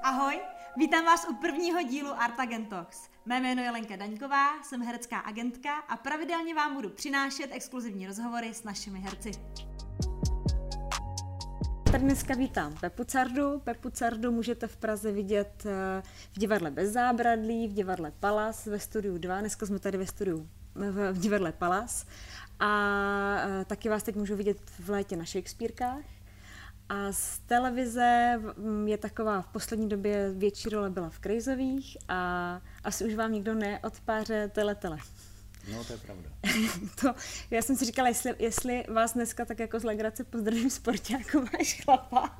Ahoj, vítám vás u prvního dílu Art Agent Talks. Mé jméno je Lenka Daňková, jsem herecká agentka a pravidelně vám budu přinášet exkluzivní rozhovory s našimi herci. Tady dneska vítám Pepu Cardu. Pepu Cardu můžete v Praze vidět v divadle Bez zábradlí, v divadle Palas, ve studiu 2. Dneska jsme tady ve studiu v divadle Palas. A taky vás teď můžu vidět v létě na Shakespearekách. A z televize je taková v poslední době větší role byla v Krejzových a asi už vám nikdo neodpáře Teletele. No, to je pravda. Já jsem si říkala, jestli vás dneska tak jako z legrace pozdravím sportáku, máš chlapa.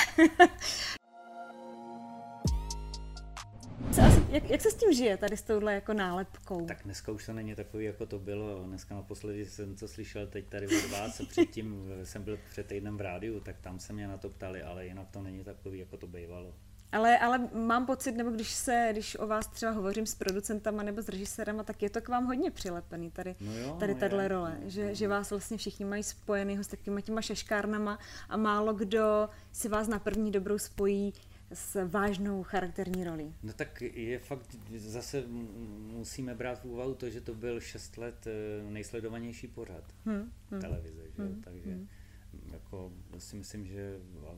Jak se s tím žije tady s touhle jako nálepkou? Tak dneska už to není takový, jako to bylo. Dneska naposledy jsem to slyšel teď tady od vás a předtím jsem byl před týdnem v rádiu, tak tam se mě na to ptali, ale jinak to není takový, jako to bývalo. Ale mám pocit, nebo když o vás třeba hovořím s producentama nebo s režisérama, tak je to k vám hodně přilepený tady tahle role, že vás vlastně všichni mají spojenýho s takovýma těma šaškárnama a málo kdo si vás na první dobrou spojí s vážnou charakterní rolí. No tak je fakt, zase musíme brát v úvahu to, že to byl 6 let nejsledovanější pořad televize, že? Takže jako si myslím, že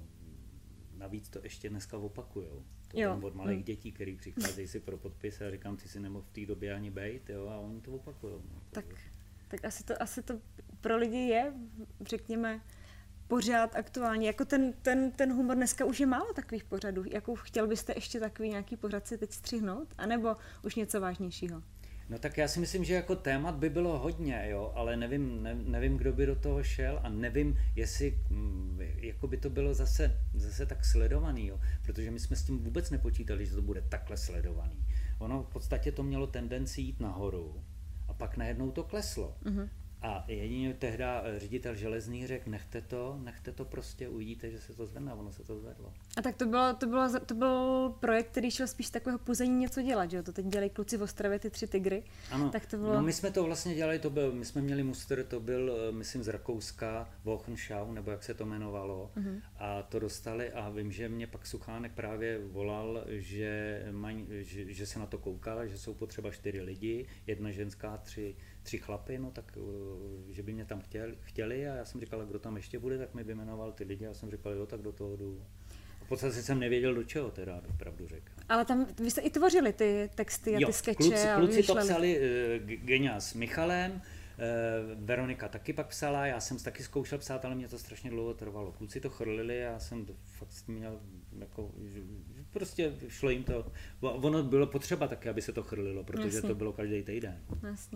navíc to ještě dneska opakujou. To vím od malých dětí, který přicházejí si pro podpis a říkám, ty si nemohl v té době ani bejt, jo, a oni to opakujou. No. Tak asi to pro lidi je, řekněme, pořád aktuální. Jako ten humor dneska už je málo takových pořadů. Jako chtěl byste ještě takový nějaký pořad si teď střihnout? A nebo už něco vážnějšího? No tak já si myslím, že jako témat by bylo hodně, jo, ale nevím, kdo by do toho šel a nevím, jestli jako by to bylo zase tak sledovaný, jo, protože my jsme s tím vůbec nepočítali, že to bude takhle sledovaný. Ono v podstatě to mělo tendenci jít nahoru a pak najednou to kleslo. Mm-hmm. A jedině tehda ředitel Železný řekl, nechte to prostě, uvidíte, že se to zvedne, a ono se to zvedlo. A tak to byl projekt, který šel spíš takového puzení něco dělat, že jo? To teď dělají kluci v Ostravě, ty 3 tygry. Ano, tak to bylo... no my jsme to vlastně dělali, my jsme měli muster, to byl, myslím, z Rakouska, Wochenschau, nebo jak se to jmenovalo, a to dostali a vím, že mě pak Suchánek právě volal, že se na to koukal, že jsou potřeba 4 lidi, 1 ženská, 3 chlapy, no tak, že by mě tam chtěli a já jsem říkal, kdo tam ještě bude, tak mi vyjmenoval ty lidi a já jsem říkal, jo, tak do toho jdu. A v podstatě jsem nevěděl, do čeho teda, pravdu řekl. Ale tam vy jste i tvořili ty texty a ty skeče. Kluci to psali, Genia s Michalem, Veronika taky pak psala, já jsem taky zkoušel psát, ale mě to strašně dlouho trvalo. Kluci to chrlili a já jsem fakt měl, jako, prostě šlo jim to, ono bylo potřeba taky, aby se to chrlilo, protože to bylo každý týden. Jasně.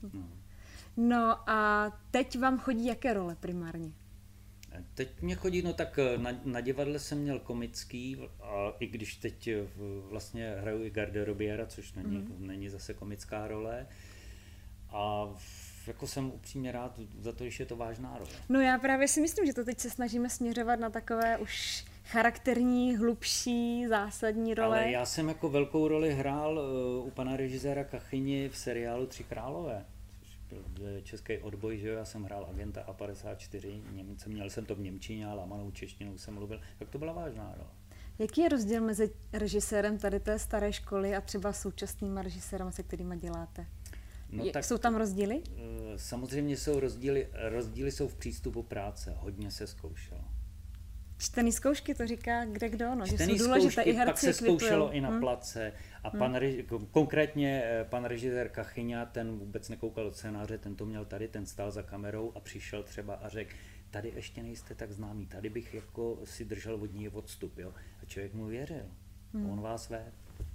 No a teď vám chodí jaké role primárně? Teď mě chodí, no tak na divadle jsem měl komický, a i když teď vlastně hraju i garderobiéra, což není zase komická role. A jako jsem upřímně rád za to, že je to vážná role. No já právě si myslím, že to teď se snažíme směřovat na takové už charakterní, hlubší, zásadní role. Ale já jsem jako velkou roli hrál u pana režiséra Kachyni v seriálu 3 králové. Byl český odboj, že jo, já jsem hrál agenta A54, Němce, měl jsem to v němčině a lámanou češtinou jsem mluvil, tak to byla vážná role. Jaký je rozdíl mezi režisérem tady té staré školy a třeba současnými režisérem, se kterými děláte? No tak, jsou tam rozdíly? Samozřejmě jsou rozdíly jsou v přístupu práce, hodně se zkoušelo. Čtený zkoušky, to říká kdekdo, no, že jsou důležité, důležité, i herci pak se zkoušelo i na place a konkrétně pan režisér Kachyňa, ten vůbec nekoukal do scénáře, ten to měl tady, ten stál za kamerou a přišel třeba a řekl, tady ještě nejste tak známý, tady bych jako si držel od ní odstup, jo, a člověk mu věřil, on vás vedl.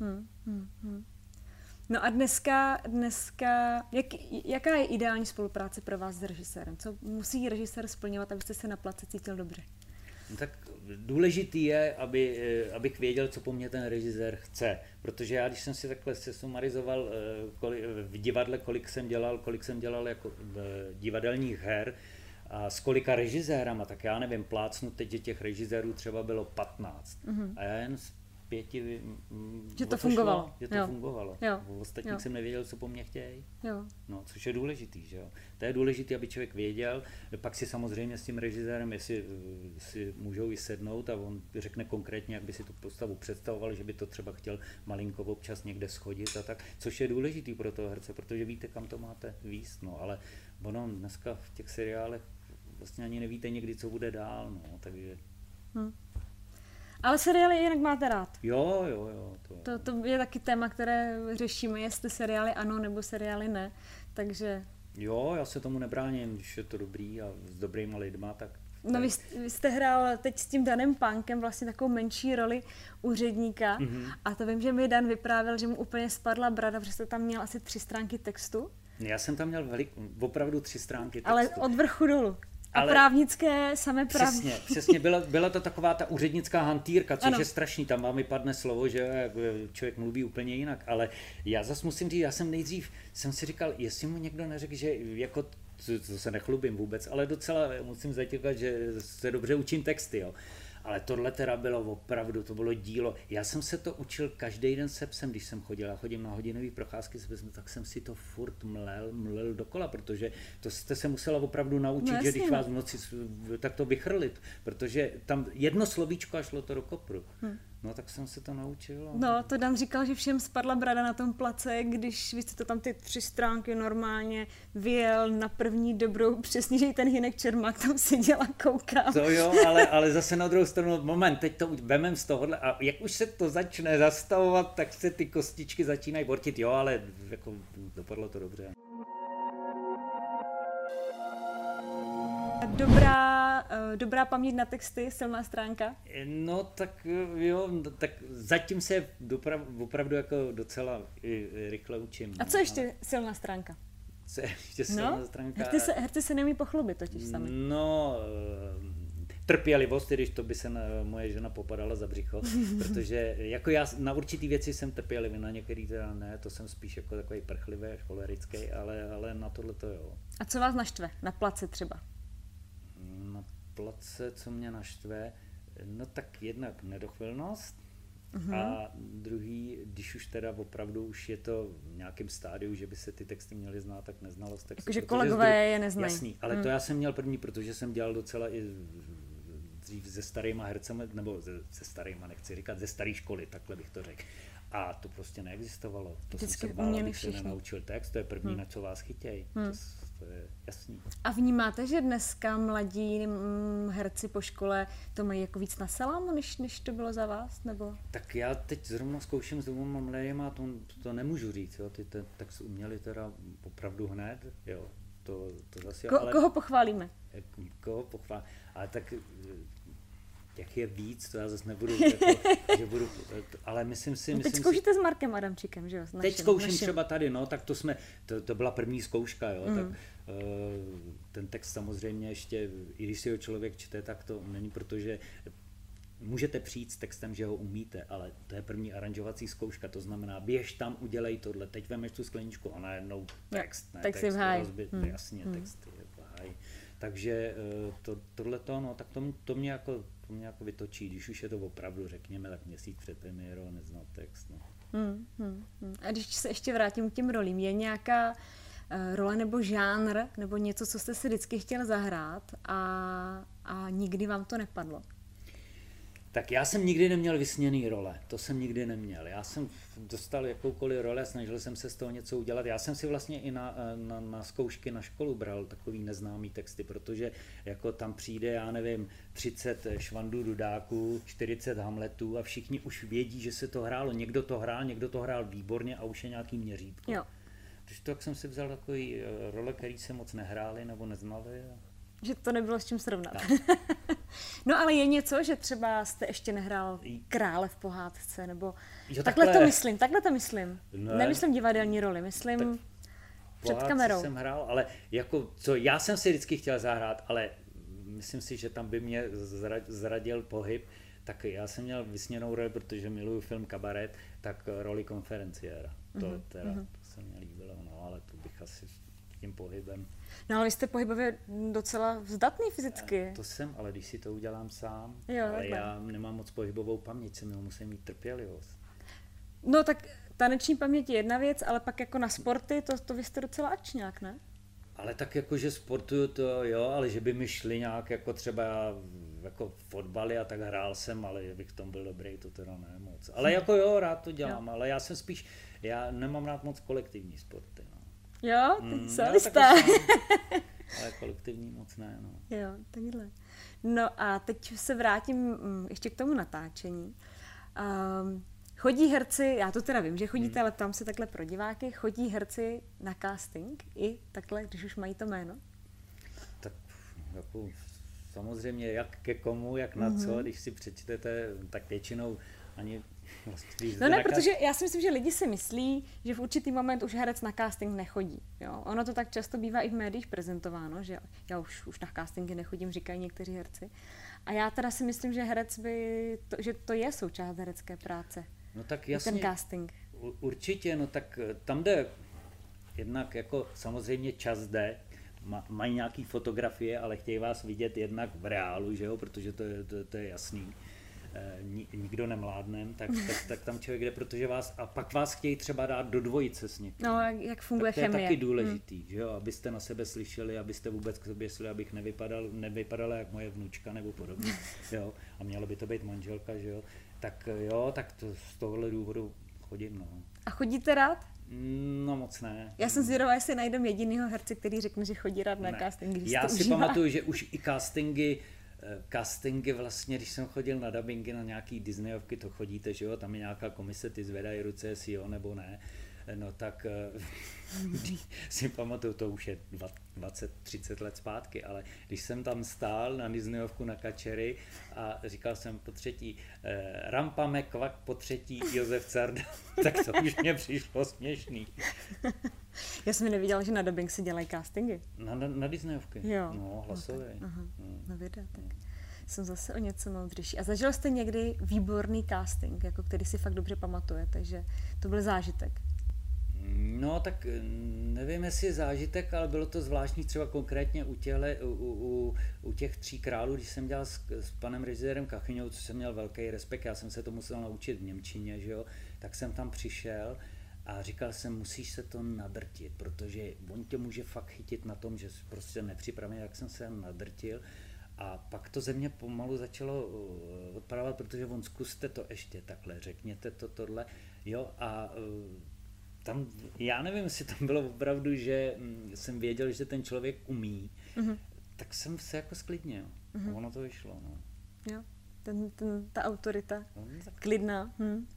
No a dneska jaká je ideální spolupráce pro vás s režisérem? Co musí režisér splňovat, abyste se na place cítil dobře? No tak důležitý je, abych věděl, co po mně ten režisér chce, protože já, když jsem si takhle sesumarizoval v divadle, kolik jsem dělal jako divadelních her a s kolika režisérama, tak já nevím, plácnu teď, že těch režisérů třeba bylo 15. A já jen 5 že to fungovalo. Že to fungovalo. Jo. Ostatní jsem nevěděl, co po mně chtějí. Jo. No, což je důležitý, že jo. To je důležité, aby člověk věděl, pak si samozřejmě s tím režisérem, jestli si můžou i sednout a on řekne konkrétně, jak by si tu postavu představoval, že by to třeba chtěl malinko občas někde schodit a tak, což je důležitý pro toho herce, protože víte, kam to máte víst, no, ale ono dneska v těch seriálech vlastně ani nevíte někdy, co bude dál, no, takže... Ale seriály jinak máte rád? Jo. To je taky téma, které řešíme, jestli seriály ano nebo seriály ne, takže... Jo, já se tomu nebráním, když je to dobrý a s dobrýma lidma, tak... No vy jste hrál teď s tím Danem Pánkem vlastně takovou menší roli úředníka a to vím, že mi Dan vyprávěl, že mu úplně spadla brada, protože jste tam měl asi 3 stránky textu. Já jsem tam měl opravdu 3 stránky textu. Ale od vrchu dolů. A právnické, samé právnické. Přesně, byla to taková ta úřednická hantýrka, což je strašný, tam vám vypadne slovo, že člověk mluví úplně jinak, ale já zase musím říct, já jsem nejdřív si říkal, jestli mu někdo neřekl, že jako, to se nechlubím vůbec, ale docela musím zatěkat, že se dobře učím texty, jo. Ale tohle teda bylo opravdu, to bylo dílo. Já jsem se to učil každý den se psem, když jsem chodil. Já chodím na hodinové procházky s psem, tak jsem si to furt mlel dokola, protože to jste se musela opravdu naučit, že když vás v noci, tak to vychrlit, protože tam jedno slovíčko a šlo to do kopru. No tak jsem se to naučil. No, to Dan říkal, že všem spadla brada na tom place, když vy jste to tam ty 3 stránky normálně vyjel na první dobrou, přesně, že i ten Hynek Čermák tam seděl a koukal. To jo, ale zase na druhou stranu, moment, teď to vemem z tohohle a jak už se to začne zastavovat, tak se ty kostičky začínají bortit, jo, ale jako dopadlo to dobře. Dobrá paměť na texty, silná stránka? No tak jo, tak zatím se opravdu jako docela rychle učím. A co ještě silná stránka? Co ještě silná stránka? Herci se neumí pochlubit totiž sami. No, trpělivost, když to by se moje žena popadala za břicho, protože jako já na určitý věci jsem trpělivý, na některý teda ne, to jsem spíš jako takový prchlivý až cholerický, ale na tohle to jo. A co vás naštve? Na place třeba? Na place, co mě naštve, no tak jednak nedochvilnost a druhý, když už teda opravdu už je to v nějakém stádiu, že by se ty texty měly znát, tak neznalost textu. Jakože kolegové je neznají. Jasný, ale to já jsem měl první, protože jsem dělal docela i dřív se starýma hercemi, nebo se starýma, nechci říkat, ze staré školy, takhle bych to řekl. A to prostě neexistovalo. To vždycky jsem se bál, abych se nenaučil text, to je první, na co vás chytějí. To je jasný. A vnímáte, že dneska mladí herci po škole to mají jako víc na salámu, než to bylo za vás? Nebo? Tak já teď zrovna zkouším s 2 mladýma, to nemůžu říct, jo. Ty text uměli teda opravdu hned, jo. To zase, koho pochválíme? Koho pochválíme? Ale tak jak je víc, to já zase nebudu, jako, že budu, ale myslím si... Teď zkoušíte s Markem Adamčíkem, že jo? Teď zkouším třeba tady, no, tak to byla první zkouška, jo, tak ten text samozřejmě ještě, i když si ho člověk čte, tak to není, protože můžete přijít s textem, že ho umíte, ale to je první aranžovací zkouška, to znamená, běž tam, udělej tohle, teď vemeš tu skleničku a najednou text, ne, text rozbit, jasně, text je v háji. Takže tohleto, no, tak to mě jako vytočí, když už je to opravdu, řekněme, tak měsíc před premiérou neznal text. No. A když se ještě vrátím k těm rolím, je nějaká role nebo žánr, nebo něco, co jste si vždycky chtěl zahrát a nikdy vám to nepadlo? Tak já jsem nikdy neměl vysněný role, to jsem nikdy neměl. Já jsem dostal jakoukoliv role, snažil jsem se z toho něco udělat. Já jsem si vlastně i na zkoušky na školu bral takový neznámý texty, protože jako tam přijde, já nevím, 30 Švandů Dudáků, 40 Hamletů a všichni už vědí, že se to hrálo. Někdo to hrál výborně a už je nějaký měřítko. Jo. Takže tak jsem si vzal takový role, který se moc nehráli nebo neznali. Že to nebylo s čím srovnat. No ale je něco, že třeba jste ještě nehrál krále v pohádce, nebo... Jo, takhle to myslím. Ne. Nemyslím divadelní roli, myslím před kamerou. Jsem hrál, ale jako, co já jsem si vždycky chtěl zahrát, ale myslím si, že tam by mě zradil pohyb, tak já jsem měl vysněnou roli, protože miluju film Kabaret, tak roli konferenciéra. To se mě líbilo, no, ale to bych asi tím pohybem. No ale vy jste pohybově docela zdatný fyzicky. To jsem, ale když si to udělám sám, jo, ale takhle. já nemám moc pohybovou paměť, jsem musím mít trpělivost. No tak taneční paměť je jedna věc, ale pak jako na sporty, to vy jste docela akčňák, ne? Ale tak jako, že sportuju to, jo, ale že by mi šli nějak jako třeba jako fotbaly a tak hrál jsem, ale že bych v tom byl dobrý, to teda ne moc. Ale jako jo, rád to dělám, ale já jsem spíš, já nemám rád moc kolektivní sporty, no. Jo, ty solista. Ale kolektivní moc ne, no. Jo, takhle. No a teď se vrátím ještě k tomu natáčení. Chodí herci, já to teda vím, že chodíte, ale ptám se takhle pro diváky, chodí herci na casting i takhle, když už mají to jméno? Tak jako samozřejmě jak ke komu, jak na co, když si přečtete, tak většinou ani vlastně... No ne, protože já si myslím, že lidi si myslí, že v určitý moment už herec na casting nechodí. Jo? Ono to tak často bývá i v médiích prezentováno, že já už na castingy nechodím, říkají někteří herci. A já teda si myslím, že herec že to je součást herecké práce. No tak jasně, ten casting. Určitě, no tak tam jde jednak jako samozřejmě čas jde, mají nějaký fotografie, ale chtějí vás vidět jednak v reálu, že jo, protože to je jasný. Nikdo nemládnem, tak tam člověk jde, protože a pak vás chtějí třeba dát do dvojice s někým. No, jak funguje chemie. To je taky důležitý, že jo, abyste na sebe slyšeli, abyste vůbec k sobě šli, abych nevypadala jak moje vnučka nebo podobně, jo, a měla by to být manželka, že jo, tak jo, tak to z tohohle důvodu chodím, no. A chodíte rád? No moc ne. Já jsem zvědavá, jestli najdem jedinýho herce, který řekne, že chodí rád na casting. Já si pamatuju, že už i castingy vlastně, když jsem chodil na dubbingy na nějaký Disneyovky, to chodíte, že jo, tam je nějaká komise, ty zvedají ruce, jestli jo nebo ne, no tak si pamatuju, to už je 20-30 let zpátky, ale když jsem tam stál na Disneyovku na kačery a říkal jsem po třetí Rampa McQuack, po třetí Josef Carda, tak to už mě přišlo směšný. Já jsem neviděla, že na dubbing se dělají castingy. Na Disneyovky? Jo. No, hlasové. No videa, tak jsem zase o něco moudřejší. A zažil jste někdy výborný casting, jako který si fakt dobře pamatujete, že to byl zážitek? No tak nevím, jestli je zážitek, ale bylo to zvláštní třeba konkrétně u těch Tří králů, když jsem dělal s panem režisérem Kachyňou, což jsem měl velký respekt, já jsem se to musel naučit v němčině, že jo, tak jsem tam přišel a říkal jsem, musíš se to nadrtit, protože on tě může fakt chytit na tom, že jsi prostě nepřipravený, jak jsem se nadrtil. A pak to ze mě pomalu začalo odpadávat, protože on zkuste to ještě takhle, řekněte to tohle, jo, a tam, já nevím, jestli tam bylo opravdu, že jsem věděl, že ten člověk umí, tak jsem se jako sklidnil. A ono to vyšlo, no. Jo, ta autorita, klidná.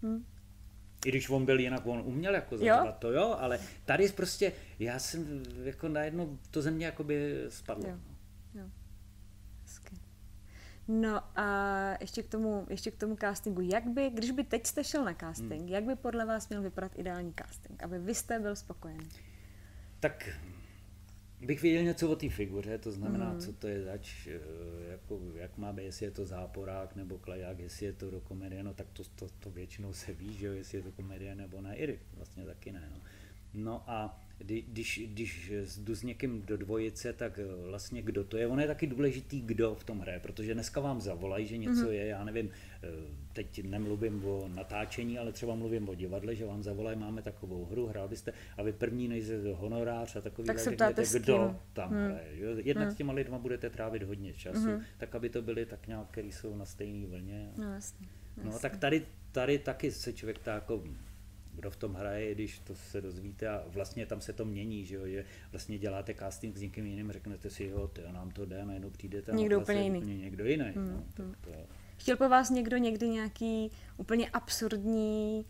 I když on byl jinak, on uměl jako zařvat to, jo, ale tady prostě, já jsem jako najednou, to ze mě jakoby spadlo. Jo. Hezky. No a ještě k tomu castingu. Když by teď jste šel na casting, jak by podle vás měl vypadat ideální casting, aby vy jste byl spokojený? Tak bych věděl něco o té figuře, to znamená, co to je zač, jako, jak má být, jestli je to záporák nebo klaják, jestli je to do komedie, no tak to většinou se ví, že jo, jestli je to komedie nebo ne, i vlastně taky ne, no. No a když jdu s někým do dvojice, tak vlastně kdo to je, ono je taky důležitý, kdo v tom hraje, protože dneska vám zavolají, že něco je, já nevím, teď nemluvím o natáčení, ale třeba mluvím o divadle, že vám zavolají, máme takovou hru, hrál byste, a vy první nejste honorář a takový, tak řeknete, kdo tam hraje. Jednak s těma lidma budete trávit hodně času, tak aby to byly tak nějak, který jsou na stejné vlně. No jasně. No tak tady taky se člověk tak jako kdo v tom hraje, když to se dozvíte a vlastně tam se to mění, že jo, že vlastně děláte casting s někým jiným, řeknete si, jo, nám to jde, najednou přijdete a někdo úplně jiný. Někdo jiný. Tak to... Chtěl po vás někdo někdy nějaký úplně absurdní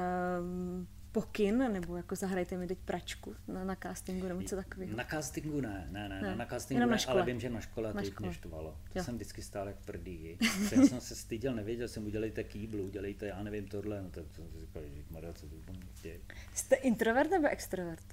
pokyn, nebo jako zahrajte mi teď pračku na castingu, nebo něco takového? Na castingu ne, na castingu ne, ale vím, že na škole to mě štvalo. To jsem vždycky stál jak prdý. Já jsem se styděl, nevěděl jsem, udělejte kýblu, udělejte, já nevím tohle, no tak jsem si říkal, že co to tam chtějí. Jste introvert nebo extrovert?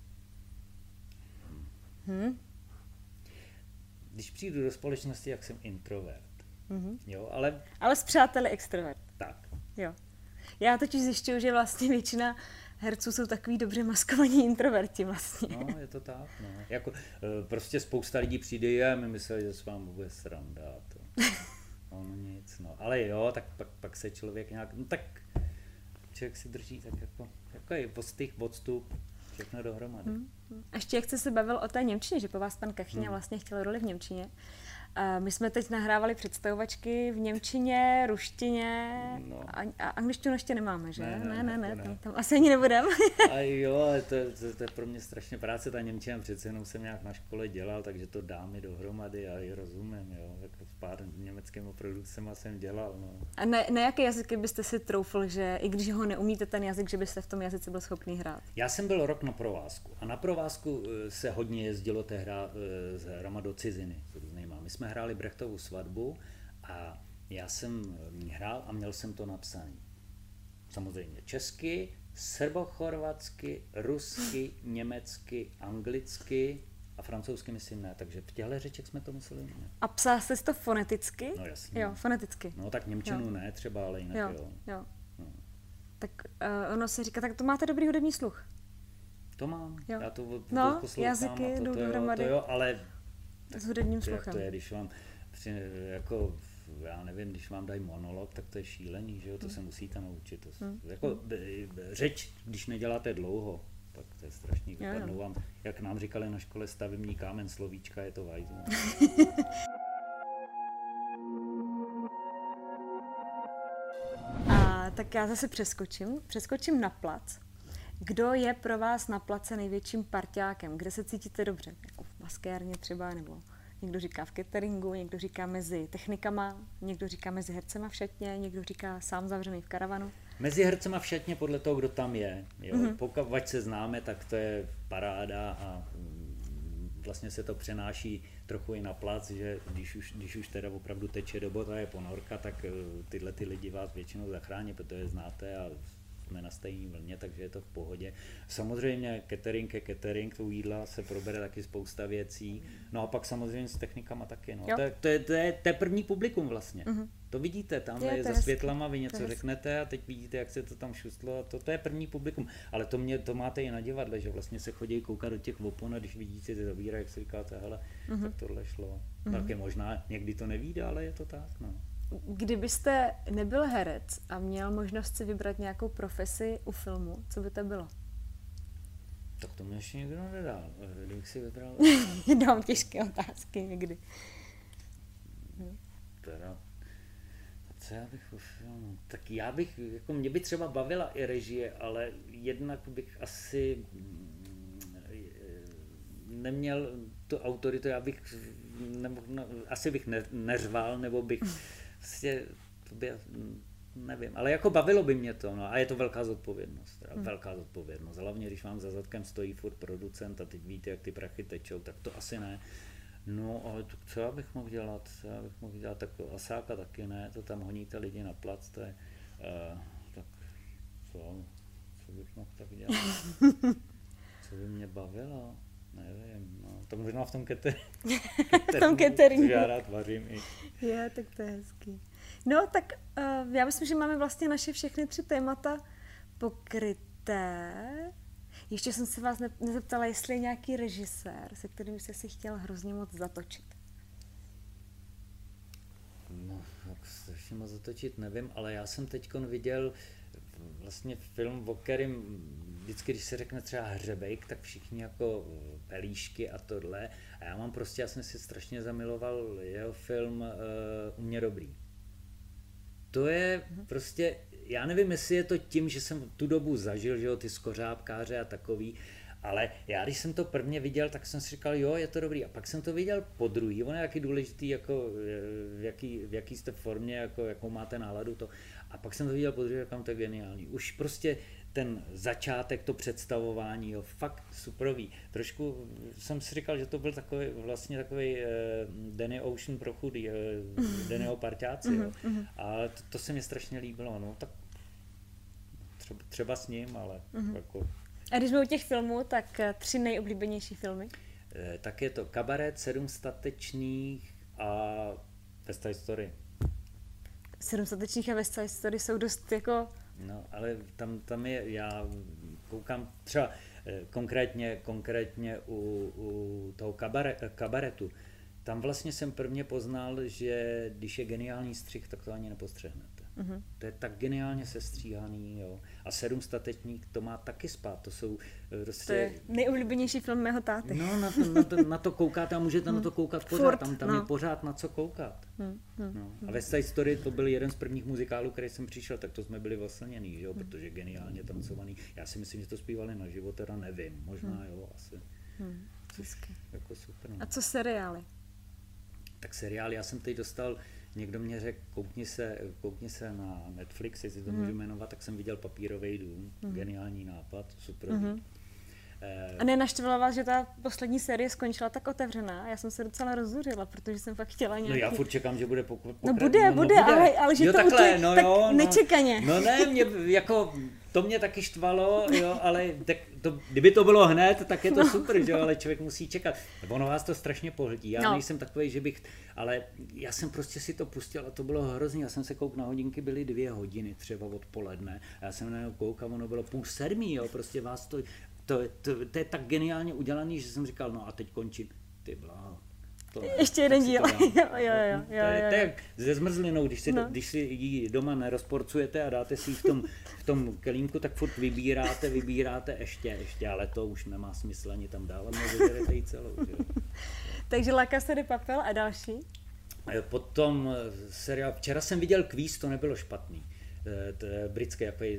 Když přijdu do společnosti, jak jsem introvert. Jo, ale s přáteli extrovert. Tak. Jo. Já totiž zjišťuju, že vlastně většina No. herců jsou takový dobře maskovaní introverti vlastně. No, je to tak, no. Jako, prostě spousta lidí přijde a my mysleli, že s vámi bude sranda. To. No nic, no. Ale jo, tak pak se člověk nějak, no tak člověk si drží tak jako je postih, odstup, všechno dohromady. A ještě jak jste se bavil o té němčině, že po vás pan Kachyňa vlastně chtěl roli v němčině. A my jsme teď nahrávali představovačky v němčině, ruštině a angličtinu ještě nemáme, že? Ne. Tam asi ani nebudeme. A jo, to je pro mě strašně práce, ta němčina přece jenom jsem nějak na škole dělal, takže to dá mi dohromady a ji rozumím, jo. Jako s pár německými produkcemi jsem dělal, no. A na jaké jazyky byste si troufl, že i když ho neumíte ten jazyk, že byste v tom jazyce byl schopný hrát? Já jsem byl rok na provázku a na provázku se hodně jezdilo tehdy s hrama do ciziny s různýma. My jsme hráli Brechtovu svatbu a já jsem hrál a měl jsem to napsané. Samozřejmě česky, srbochorvatsky, rusky, německy, anglicky a francouzsky myslím ne, takže v těchto řečech jsme to museli umět. A psal jsi to foneticky? No jasně. Jo, foneticky. No tak němčinu ne třeba, ale jinak jo. Jo. No. Tak ono se říká, tak to máte dobrý hudební sluch. To mám, jo. Já to poslouchám. Jazyky jdou dohromady. To jo, ale s hudebním sluchem. To je, když vám, jako, já nevím, když vám dají monolog, tak to je šílený, že jo, to se musíte naučit. Jako řeč, když neděláte dlouho, tak to je strašný. Vypadnou vám, jak nám říkali na škole, stavební kámen, slovíčka, je to vajzlo. A tak já zase přeskočím na plac. Kdo je pro vás na place největším parťákem? Kde se cítíte dobře? Jako v maskérně třeba, nebo někdo říká v cateringu, někdo říká mezi technikama, někdo říká mezi hercema v šatně, někdo říká sám zavřený v karavanu. Mezi hercema v šatně podle toho, kdo tam je. Jo? Pokud se známe, tak to je paráda a vlastně se to přenáší trochu i na plac, že když už teda opravdu teče do bot a je ponorka, tak tyhle ty lidi vás většinou zachrání, protože znáte a jsme na stejné vlně, takže je to v pohodě. Samozřejmě catering, u jídla se probere taky spousta věcí. No a pak samozřejmě s technikama taky. No. To je první publikum vlastně. To vidíte, tam je za světlama, vy něco řeknete a teď vidíte, jak se to tam šustlo. To je první publikum. Ale to máte i na divadle, že vlastně se chodí koukat do těch opon a když vidíte ty zavírají, jak si říkáte, hele, tak tohle šlo. Tak je možná, někdy to nevíde, ale je to tak. No. Kdybyste nebyl herec a měl možnost si vybrat nějakou profesi u filmu, co by to bylo? Tak to mě ještě nikdo nedal. Kdybych si vybral... Dám těžké otázky někdy. Teda, co já bych u filmu? Tak já bych, jako mě by třeba bavila i režie, ale jednak bych asi neměl tu autoritu, asi bych neřval, nebo bych prostě, nevím, ale jako bavilo by mě to, no a je to velká zodpovědnost, velká zodpovědnost, hlavně když vám za zadkem stojí furt producent a teď víte, jak ty prachy tečou, tak to asi ne. No, ale co já bych mohl dělat? Tak Asáka taky ne, to tam honíte lidi na plac, to je, tak co bych mohl tak dělat? Co by mě bavilo? Nevím, no, to možná v tom cateringu, já rád vařím i. Je, tak to je hezký. No, tak já myslím, že máme vlastně naše všechny 3 témata pokryté. Ještě jsem se vás nezeptala, jestli je nějaký režisér, se kterým jste si chtěl hrozně moc zatočit. No, tak strašně moc zatočit nevím, ale já jsem teďkon viděl vlastně film, o kterým vždycky, když se řekne třeba Hřebejk, tak všichni jako pelíšky a tohle. A já jsem si strašně zamiloval jeho film U mě dobrý. To je prostě, já nevím, jestli je to tím, že jsem tu dobu zažil, že jo, ty skořápkáře a takový, ale já když jsem to prvně viděl, tak jsem si říkal, jo, je to dobrý. A pak jsem to viděl po druhý, on je jaký důležitý, jako v jaký jste formě, jako, jakou máte náladu to. A pak jsem to viděl po druhý, říkám, to je geniální. Už prostě ten začátek, to představování, jo, fakt superový. Trošku jsem si říkal, že to byl takový Danny Ocean pro chudý, Dannyho parťáci, jo. A to se mi strašně líbilo, no, tak třeba s ním, ale jako... A když jsme u těch filmů, tak 3 nejoblíbenější filmy? Tak je to Kabaret, 7 statečných a West Side Story. 7 statečných a West Side Story jsou dost jako... No, ale tam je, koukám třeba konkrétně u toho kabaretu, tam vlastně jsem prvně poznal, že když je geniální střih, tak to ani nepostřehnete. To je tak geniálně sestříhaný, jo. A 7 statečník to má taky spát, to jsou prostě... To je nejoblíbenější film mého táty. No, na to koukáte a můžete na to koukat pořád, tam je pořád na co koukat. No. A West Side Story to byl jeden z prvních muzikálů, který jsem přišel, tak to jsme byli oslněný, jo, protože geniálně tancovaný. Já si myslím, že to zpívali naživo, teda nevím, možná jo, asi. Což jako super. No. A co seriály? Tak seriály, já jsem teď dostal, někdo mě řekl, koukni se na Netflix, jestli to můžu jmenovat, tak jsem viděl Papírový dům, geniální nápad, super. A nenaštvala vás, že ta poslední série skončila tak otevřená? Já jsem se docela rozzuřila, protože jsem fakt chtěla nějaký... No já furt čekám, že bude No bude, ale že jo, to takhle, tak nečekaně. No ne, to mě taky štvalo, jo, ale kdyby to bylo hned, tak je to super, že jo, ale člověk musí čekat. Ono vás to strašně pohltí, já nejsem takovej, že bych, ale já jsem prostě si to pustil a to bylo hrozný, já jsem se koukal na hodinky, byly 2 hodiny třeba odpoledne a já jsem na něho koukal, ono bylo 6:30, jo, prostě vás to je tak geniálně udělaný, že jsem říkal, no a teď končím, ty bláho. Ještě jeden díl. Jo. To je jak se zmrzlinou, když si ji doma nerozporcujete a dáte si ji v tom kelímku, tak furt vybíráte ještě, ale to už nemá smysl ani tam dávat, nevyberete ji celou. Takže La Casa de Papel a další? Potom seriál, včera jsem viděl Quiz, to nebylo špatný. Britský, jaký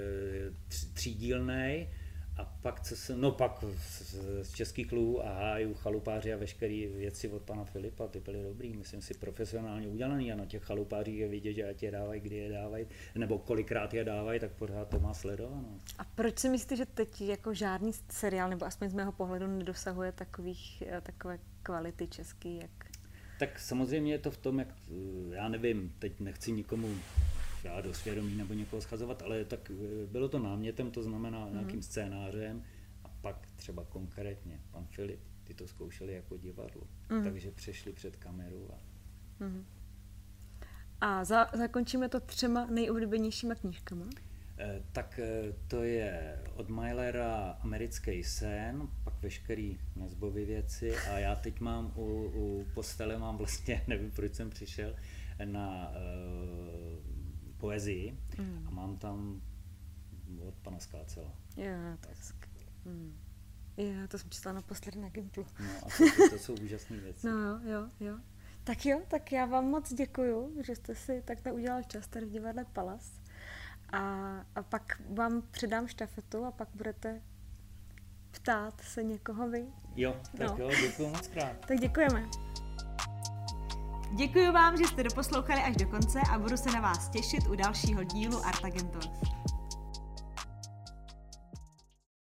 3dílnej. A pak, pak z Českých lů a hájů, chalupáři a veškeré věci od pana Filipa, ty byly dobrý, myslím si profesionálně udělaný a na těch chalupářích je vidět, že ať je dávají, kdy je dávají, nebo kolikrát je dávají, tak pořád to má sledováno. A proč si myslíte, že teď jako žádný seriál, nebo aspoň z mého pohledu nedosahuje takové kvality český, jak... Tak samozřejmě je to v tom, jak, já nevím, teď nechci nikomu do svědomí nebo někoho schazovat, ale tak bylo to námětem, to znamená nějakým scénářem a pak třeba konkrétně pan Filip, ty to zkoušeli jako divadlo, takže přešli před kameru. A zakončíme to 3 nejoblíbenějšíma knížkama? Tak to je od Mylera Americký sen, pak veškerý Nesbovy věci a já teď mám u postele, mám vlastně, nevím, proč jsem přišel, na poezii a mám tam od pana Skácela. Jo, to jsem četla naposledy na Gimplu. No a to jsou úžasné věci. No jo. Tak já vám moc děkuju, že jste si takhle udělal čas tady v divadle Palas. A pak vám předám štafetu a pak budete ptát se někoho vy. Jo, tak jo, děkuju moc krát. Tak děkujeme. Děkuji vám, že jste doposlouchali až do konce a budu se na vás těšit u dalšího dílu Art Agentur.